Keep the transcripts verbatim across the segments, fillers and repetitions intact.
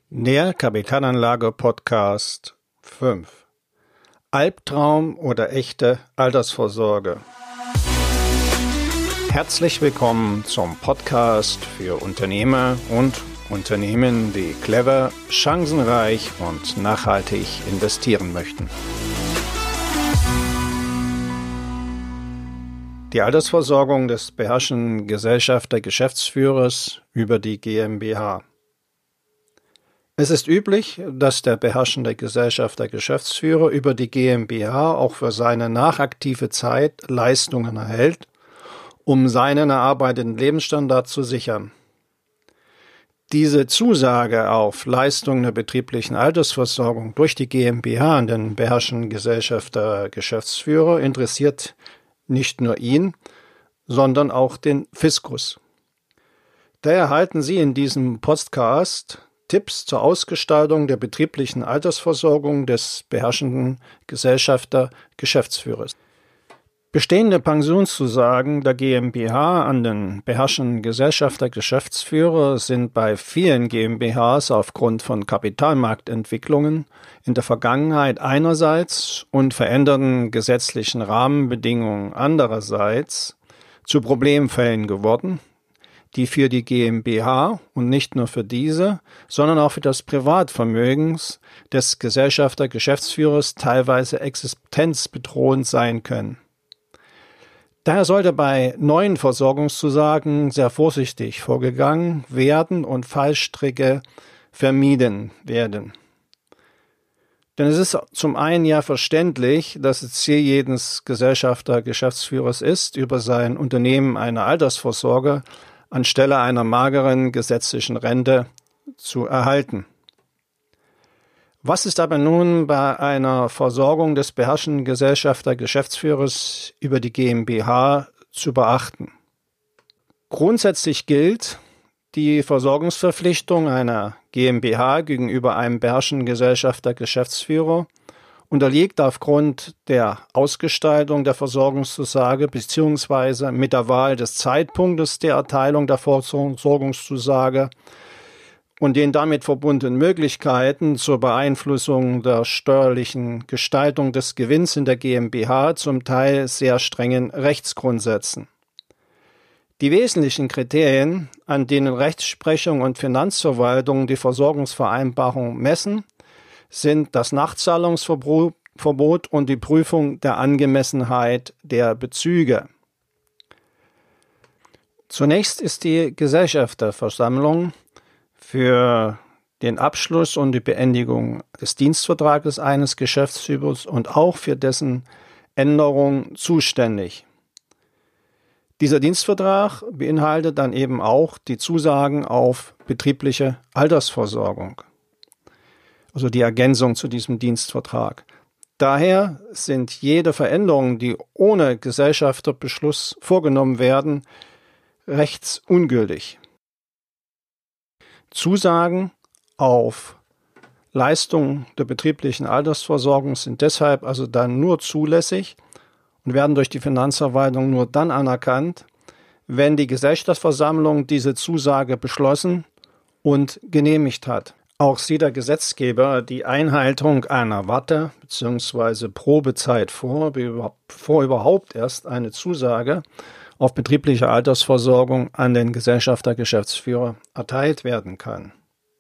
Der Kapitalanlage-Podcast fünf. Albtraum oder echte Altersvorsorge. Herzlich willkommen zum Podcast für Unternehmer und Unternehmen, die clever, chancenreich und nachhaltig investieren möchten. Die Altersversorgung des beherrschenden Gesellschafter-Geschäftsführers über die GmbH. Es ist üblich, dass der beherrschende Gesellschafter-Geschäftsführer über die GmbH auch für seine nachaktive Zeit Leistungen erhält, um seinen erarbeiteten Lebensstandard zu sichern. Diese Zusage auf Leistungen der betrieblichen Altersversorgung durch die GmbH an den beherrschenden Gesellschafter-Geschäftsführer interessiert nicht nur ihn, sondern auch den Fiskus. Daher erhalten Sie in diesem Podcast Tipps zur Ausgestaltung der betrieblichen Altersversorgung des beherrschenden Gesellschafter-Geschäftsführers. Bestehende Pensionszusagen der GmbH an den beherrschenden Gesellschafter-Geschäftsführer sind bei vielen GmbHs aufgrund von Kapitalmarktentwicklungen in der Vergangenheit einerseits und veränderten gesetzlichen Rahmenbedingungen andererseits zu Problemfällen geworden, die für die GmbH und nicht nur für diese, sondern auch für das Privatvermögen des Gesellschafter-Geschäftsführers teilweise existenzbedrohend sein können. Daher sollte bei neuen Versorgungszusagen sehr vorsichtig vorgegangen werden und Fallstricke vermieden werden. Denn es ist zum einen ja verständlich, dass es Ziel jedes Gesellschafter-Geschäftsführers ist, über sein Unternehmen eine Altersvorsorge anstelle einer mageren gesetzlichen Rente zu erhalten. Was ist aber nun bei einer Versorgung des beherrschenden Gesellschafter-Geschäftsführers über die GmbH zu beachten? Grundsätzlich gilt, die Versorgungsverpflichtung einer GmbH gegenüber einem beherrschenden Gesellschafter-Geschäftsführer unterliegt aufgrund der Ausgestaltung der Versorgungszusage bzw. mit der Wahl des Zeitpunktes der Erteilung der Versorgungszusage und den damit verbundenen Möglichkeiten zur Beeinflussung der steuerlichen Gestaltung des Gewinns in der GmbH zum Teil sehr strengen Rechtsgrundsätzen. Die wesentlichen Kriterien, an denen Rechtsprechung und Finanzverwaltung die Versorgungsvereinbarung messen, sind das Nachzahlungsverbot und die Prüfung der Angemessenheit der Bezüge. Zunächst ist die Gesellschafterversammlung für den Abschluss und die Beendigung des Dienstvertrages eines Geschäftsführers und auch für dessen Änderung zuständig. Dieser Dienstvertrag beinhaltet dann eben auch die Zusagen auf betriebliche Altersversorgung, also die Ergänzung zu diesem Dienstvertrag. Daher sind jede Veränderungen, die ohne Gesellschafterbeschluss vorgenommen werden, rechtsungültig. Zusagen auf Leistungen der betrieblichen Altersversorgung sind deshalb also dann nur zulässig und werden durch die Finanzverwaltung nur dann anerkannt, wenn die Gesellschafterversammlung diese Zusage beschlossen und genehmigt hat. Auch sieht der Gesetzgeber die Einhaltung einer Warte- bzw. Probezeit vor, bevor überhaupt erst eine Zusage auf betriebliche Altersversorgung an den Gesellschafter-Geschäftsführer erteilt werden kann.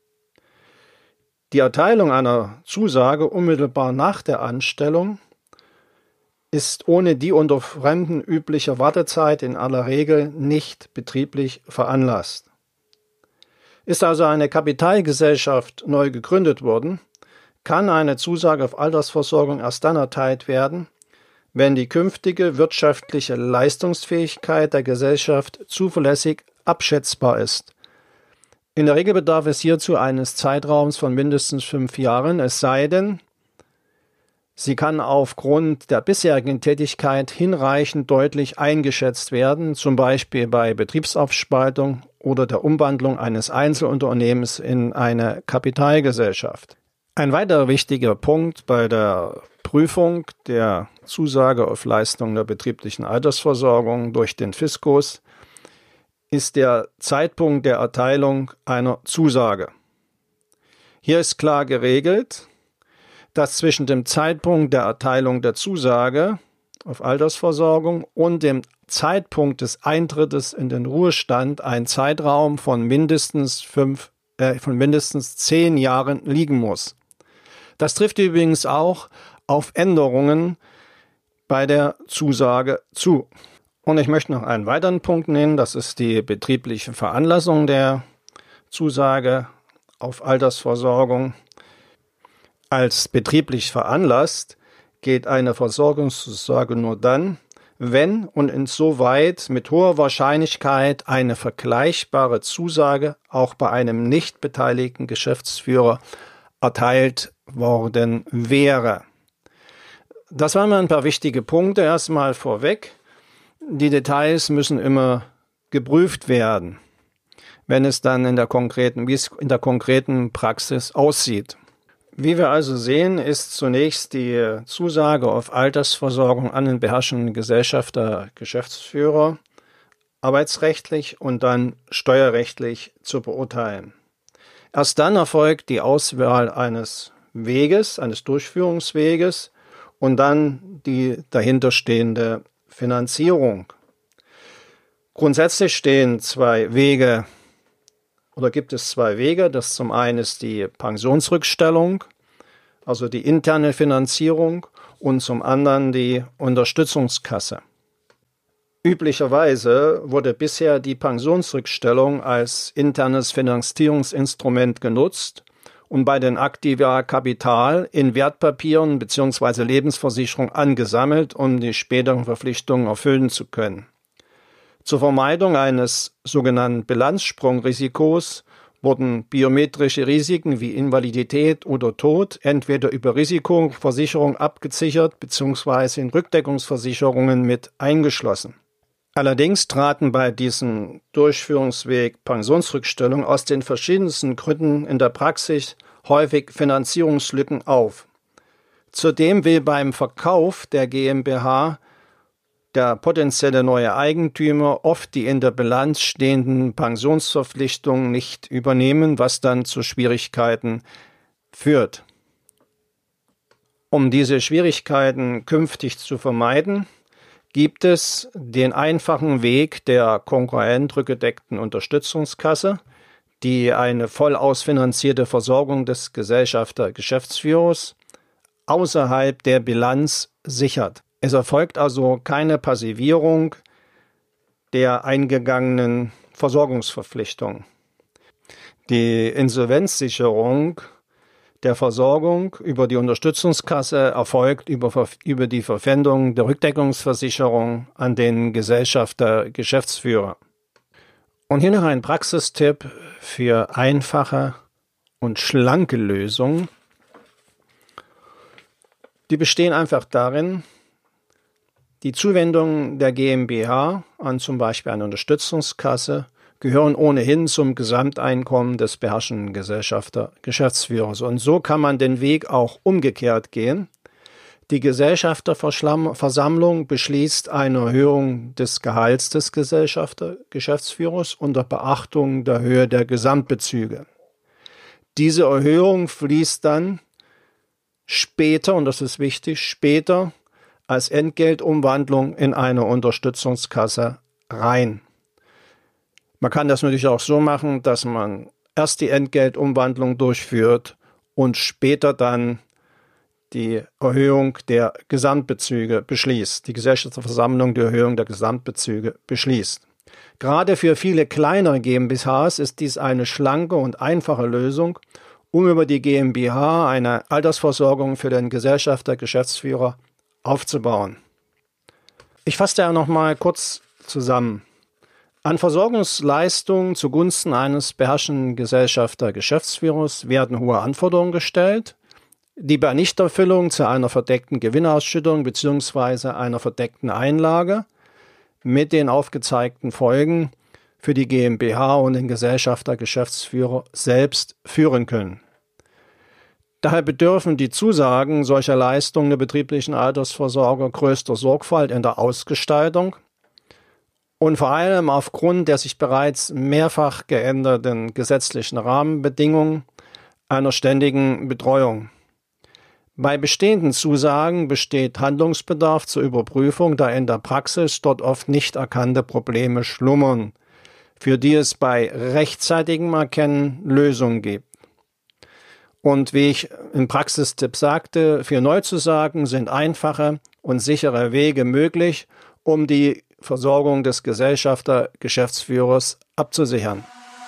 Die Erteilung einer Zusage unmittelbar nach der Anstellung ist ohne die unter Fremden übliche Wartezeit in aller Regel nicht betrieblich veranlasst. Ist also eine Kapitalgesellschaft neu gegründet worden, kann eine Zusage auf Altersversorgung erst dann erteilt werden, wenn die künftige wirtschaftliche Leistungsfähigkeit der Gesellschaft zuverlässig abschätzbar ist. In der Regel bedarf es hierzu eines Zeitraums von mindestens fünf Jahren, es sei denn, sie kann aufgrund der bisherigen Tätigkeit hinreichend deutlich eingeschätzt werden, zum Beispiel bei Betriebsaufspaltung oder der Umwandlung eines Einzelunternehmens in eine Kapitalgesellschaft. Ein weiterer wichtiger Punkt bei der Prüfung der Zusage auf Leistung der betrieblichen Altersversorgung durch den Fiskus ist der Zeitpunkt der Erteilung einer Zusage. Hier ist klar geregelt, dass zwischen dem Zeitpunkt der Erteilung der Zusage auf Altersversorgung und dem Zeitpunkt des Eintrittes in den Ruhestand ein Zeitraum von mindestens fünf, äh, von mindestens zehn Jahren liegen muss. Das trifft übrigens auch auf Änderungen bei der Zusage zu. Und ich möchte noch einen weiteren Punkt nennen, das ist die betriebliche Veranlassung der Zusage auf Altersversorgung. Als betrieblich veranlasst geht eine Versorgungszusage nur dann, wenn und insoweit mit hoher Wahrscheinlichkeit eine vergleichbare Zusage auch bei einem nicht beteiligten Geschäftsführer erteilt worden wäre. Das waren mal ein paar wichtige Punkte. Erstmal vorweg. Die Details müssen immer geprüft werden, wenn es dann in der konkreten, wie es in der konkreten Praxis aussieht. Wie wir also sehen, ist zunächst die Zusage auf Altersversorgung an den beherrschenden Gesellschafter, Geschäftsführer arbeitsrechtlich und dann steuerrechtlich zu beurteilen. Erst dann erfolgt die Auswahl eines Weges, eines Durchführungsweges und dann die dahinterstehende Finanzierung. Grundsätzlich stehen zwei Wege oder gibt es zwei Wege. Das zum einen ist die Pensionsrückstellung, also die interne Finanzierung, und zum anderen die Unterstützungskasse. Üblicherweise wurde bisher die Pensionsrückstellung als internes Finanzierungsinstrument genutzt und bei den Aktiva Kapital in Wertpapieren bzw. Lebensversicherung angesammelt, um die späteren Verpflichtungen erfüllen zu können. Zur Vermeidung eines sogenannten Bilanzsprungrisikos wurden biometrische Risiken wie Invalidität oder Tod entweder über Risikoversicherung abgesichert bzw. in Rückdeckungsversicherungen mit eingeschlossen. Allerdings traten bei diesem Durchführungsweg Pensionsrückstellung aus den verschiedensten Gründen in der Praxis häufig Finanzierungslücken auf. Zudem will beim Verkauf der GmbH der potenzielle neue Eigentümer oft die in der Bilanz stehenden Pensionsverpflichtungen nicht übernehmen, was dann zu Schwierigkeiten führt. Um diese Schwierigkeiten künftig zu vermeiden, gibt es den einfachen Weg der konkurrent rückgedeckten Unterstützungskasse, die eine voll ausfinanzierte Versorgung des Gesellschafter-Geschäftsführers außerhalb der Bilanz sichert. Es erfolgt also keine Passivierung der eingegangenen Versorgungsverpflichtung. Die Insolvenzsicherung der Versorgung über die Unterstützungskasse erfolgt über, über die Verpfändung der Rückdeckungsversicherung an den Gesellschafter, Geschäftsführer. Und hier noch ein Praxistipp für einfache und schlanke Lösungen. Die bestehen einfach darin, die Zuwendungen der GmbH an zum Beispiel eine Unterstützungskasse gehören ohnehin zum Gesamteinkommen des beherrschenden Gesellschafter, Geschäftsführers. Und so kann man den Weg auch umgekehrt gehen. Die Gesellschafterversammlung beschließt eine Erhöhung des Gehalts des Gesellschafter, Geschäftsführers unter Beachtung der Höhe der Gesamtbezüge. Diese Erhöhung fließt dann später, und das ist wichtig, später als Entgeltumwandlung in eine Unterstützungskasse rein. Man kann das natürlich auch so machen, dass man erst die Entgeltumwandlung durchführt und später dann die Erhöhung der Gesamtbezüge beschließt, die Gesellschafterversammlung die Erhöhung der Gesamtbezüge beschließt. Gerade für viele kleinere GmbHs ist dies eine schlanke und einfache Lösung, um über die GmbH eine Altersversorgung für den Gesellschafter, Geschäftsführer aufzubauen. Ich fasse da noch mal kurz zusammen. An Versorgungsleistungen zugunsten eines beherrschenden Gesellschafter, Geschäftsführers werden hohe Anforderungen gestellt, die bei Nichterfüllung zu einer verdeckten Gewinnausschüttung bzw. einer verdeckten Einlage mit den aufgezeigten Folgen für die GmbH und den Gesellschafter, Geschäftsführer selbst führen können. Daher bedürfen die Zusagen solcher Leistungen der betrieblichen Altersvorsorge größter Sorgfalt in der Ausgestaltung und vor allem aufgrund der sich bereits mehrfach geänderten gesetzlichen Rahmenbedingungen einer ständigen Betreuung. Bei bestehenden Zusagen besteht Handlungsbedarf zur Überprüfung, da in der Praxis dort oft nicht erkannte Probleme schlummern, für die es bei rechtzeitigem Erkennen Lösungen gibt. Und wie ich im Praxistipp sagte, für Neuzusagen sind einfache und sichere Wege möglich, um die Versorgung des Gesellschafter-Geschäftsführers abzusichern.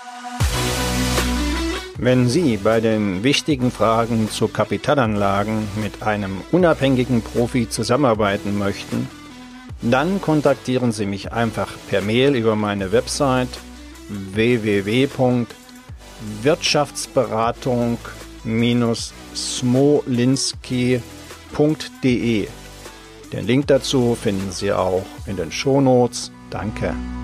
Wenn Sie bei den wichtigen Fragen zu Kapitalanlagen mit einem unabhängigen Profi zusammenarbeiten möchten, dann kontaktieren Sie mich einfach per Mail über meine Website w w w punkt wirtschaftsberatung Bindestrich smolinski punkt de. Den Link dazu finden Sie auch in den Shownotes. Danke.